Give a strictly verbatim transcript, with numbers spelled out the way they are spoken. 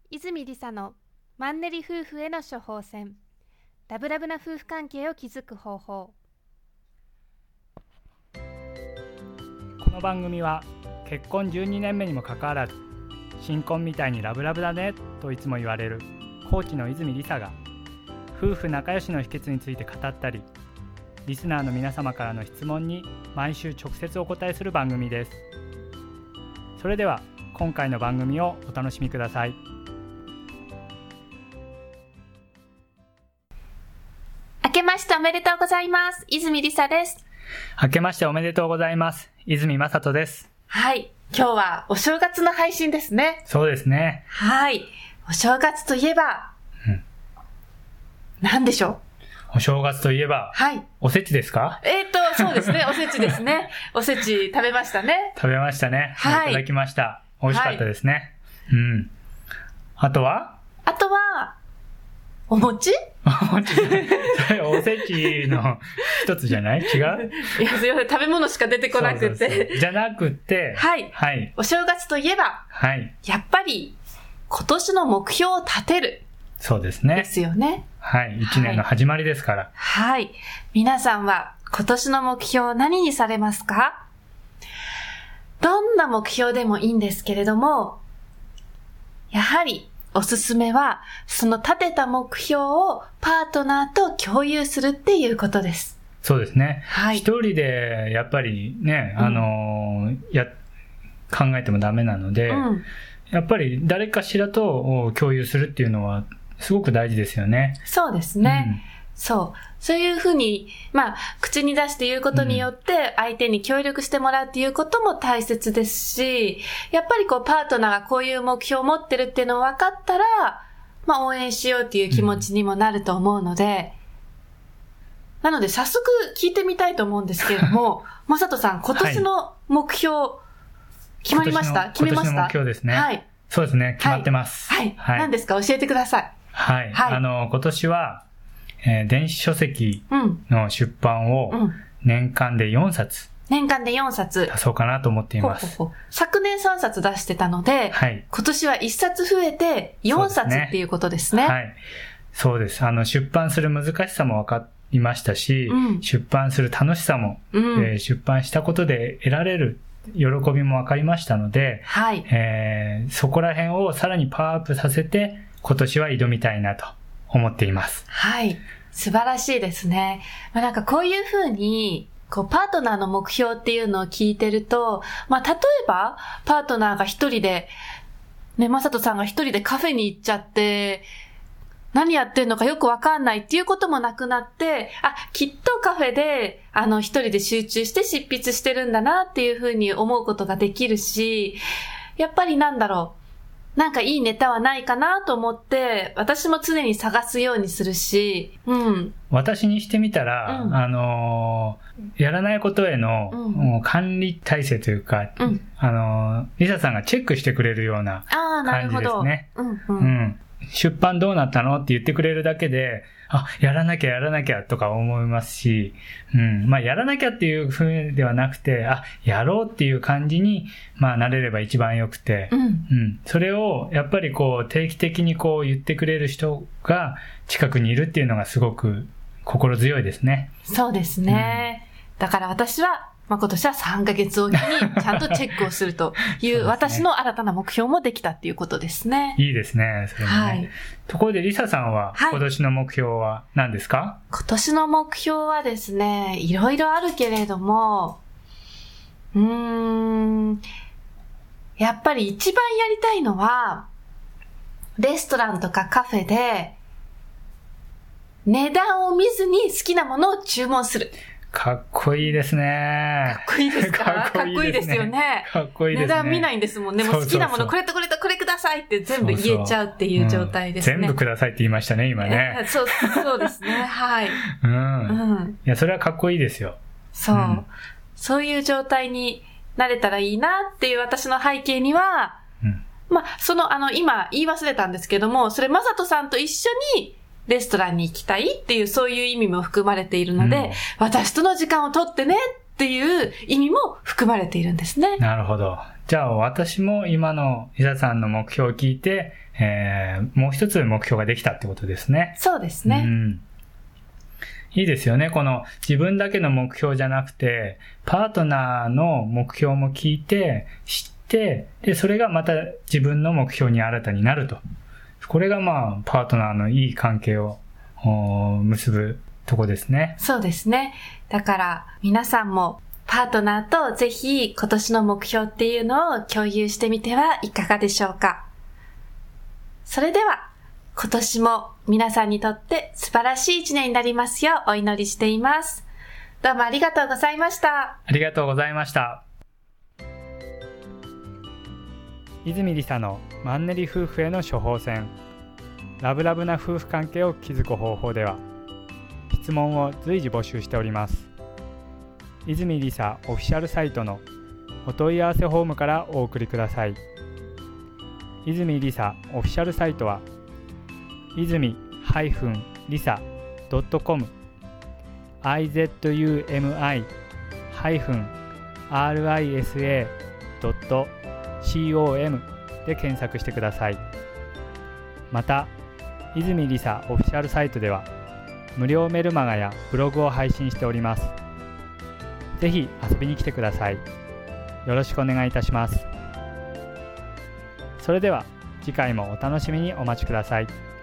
泉理沙のマンネリ夫婦への処方箋。ラブラブな夫婦関係を築く方法。 この番組は結婚じゅうにねんめにもかかわらず新婚みたいにラブラブだねといつも言われるコーチの泉理沙が夫婦仲良しの秘訣について語ったり、リスナーの皆様からの質問に毎週直接お答えする番組です。それでは今回の番組をお楽しみください。 明けましておめでとうございます。泉理沙です。 明けましておめでとうございます。泉正人です。 はい、今日はお正月の配信ですね。 そうですね。 はい、お正月といえば、うん、何でしょう。お正月といえば、はい、おせちですか？ えーと、そうですね、おせちですね。おせち食べましたね。 食べましたね。はい。いただきました。美味しかったですね。はい、うん。あとはあとは、お餅お餅それおせちの一つじゃない？違う？ いや、すいません。食べ物しか出てこなくて。そうそうそうじゃなくて、 はい。はい。お正月といえば、 はい。 やっぱり、今年の目標を立てる。 そうですね。 ですよね。 はい。一年の始まりですから。 はい。はい、皆さんは今年の目標何にされますか？どんな目標でもいいんですけれども、やはり、おすすめは、その立てた目標をパートナーと共有するっていうことです。 そうですね。 はい。 一人でやっぱりね、あの、うん、や、考えてもダメなので、うん、やっぱり誰かしらと共有するっていうのはすごく大事ですよね。 そうですね。うんそう。そういうふうに、まあ、口に出して言うことによって、相手に協力してもらうっていうことも大切ですし、やっぱりこう、パートナーがこういう目標を持ってるっていうのを分かったら、まあ、応援しようっていう気持ちにもなると思うので、うん、なので、早速聞いてみたいと思うんですけれども、まさとさん、今年の目標、はい、決まりました？決めました？ 今年の目標ですね。はい。そうですね。決まってます。 はい。はい。何ですか？教えてください。 はい。はい、あの、今年は、えー、電子書籍の出版を年間でよんさつ、 うん、年間でよんさつ出そうかなと思っています。 ほうほうほう。昨年さんさつ出してたので、はい、今年はいっさつ増えてよんさつっていうことですね。 はい。そうです。あの出版する難しさも分かりましたし、うん、出版する楽しさも、うんえー、出版したことで得られる喜びも分かりましたので、はいえー、そこら辺をさらにパワーアップさせて今年は挑みたいなと思っています。 はい。素晴らしいですね。まあ、なんかこういうふうに、こうパートナーの目標っていうのを聞いてると、まあ例えば、パートナーが一人で、ね、まさとさんが一人でカフェに行っちゃって、何やってんのかよくわかんないっていうこともなくなって、あ、きっとカフェで、あの一人で集中して執筆してるんだなっていうふうに思うことができるし、やっぱりなんだろう。なんかいいネタはないかなと思って、私も常に探すようにするし、うん。 私にしてみたら、うん、あのー、やらないことへの、うん、もう管理体制というか、うん、あのー、リサさんがチェックしてくれるような感じですね。 あー、なるほど。うん、うん。 うん出版どうなったのって言ってくれるだけで、あ、やらなきゃやらなきゃとか思いますし、うん、まあやらなきゃっていう風ではなくて、あ、やろうっていう感じに、まあなれれば一番良くて、うん、うん、それをやっぱりこう定期的にこう言ってくれる人が近くにいるっていうのがすごく心強いですね。 そうですね。うん、だから私は、まあ、今年はさんかげつおきにちゃんとチェックをするという私の新たな目標もできたっていうことですね。 いいですね。それもね。はい。ところでリサさんは今年の目標は何ですか？はい、 今年の目標はですね、いろいろあるけれども、うーん、やっぱり一番やりたいのは、レストランとかカフェで値段を見ずに好きなものを注文する。 かっこいいですね。 かっこいいですか？かっこいいですね。かっこいいですよね。 かっこいいですね。 値段見ないんですもんね。もう好きなもの、これとこれとこれくださいって全部言えちゃうっていう状態ですね。 そうそううん、全部くださいって言いましたね、今ね。 そう、そうですね。はい。 うん。うん。いや、それはかっこいいですよ。 そう。うん、そういう状態になれたらいいなっていう私の背景には、うん、まあ、その、あの、今言い忘れたんですけども、それ、まさとさんと一緒に、レストランに行きたいっていうそういう意味も含まれているので、うん、私との時間を取ってねっていう意味も含まれているんですね。 なるほど。 じゃあ私も今のリサさんの目標を聞いて、えー、もう一つ目標ができたってことですね。 そうですね。 うん、いいですよね。この自分だけの目標じゃなくて、パートナーの目標も聞いて、知って、で、それがまた自分の目標に新たになると。これがまあ、パートナーのいい関係を結ぶとこですね。 そうですね。だから皆さんもパートナーとぜひ今年の目標っていうのを共有してみてはいかがでしょうか。それでは今年も皆さんにとって素晴らしい一年になりますようお祈りしています。どうもありがとうございました。 ありがとうございました。泉理沙のマンネリ夫婦への処方箋、ラブラブな夫婦関係を築く方法では、質問を随時募集しております。泉理沙オフィシャルサイトのお問い合わせフォームからお送りください。泉理沙オフィシャルサイトは泉リサドットコム アイゼットユーエムアイアールアイエスエードットコム で検索してください。また、泉理沙オフィシャルサイトでは無料メルマガやブログを配信しております。ぜひ遊びに来てください。よろしくお願いいたします。それでは次回もお楽しみにお待ちください。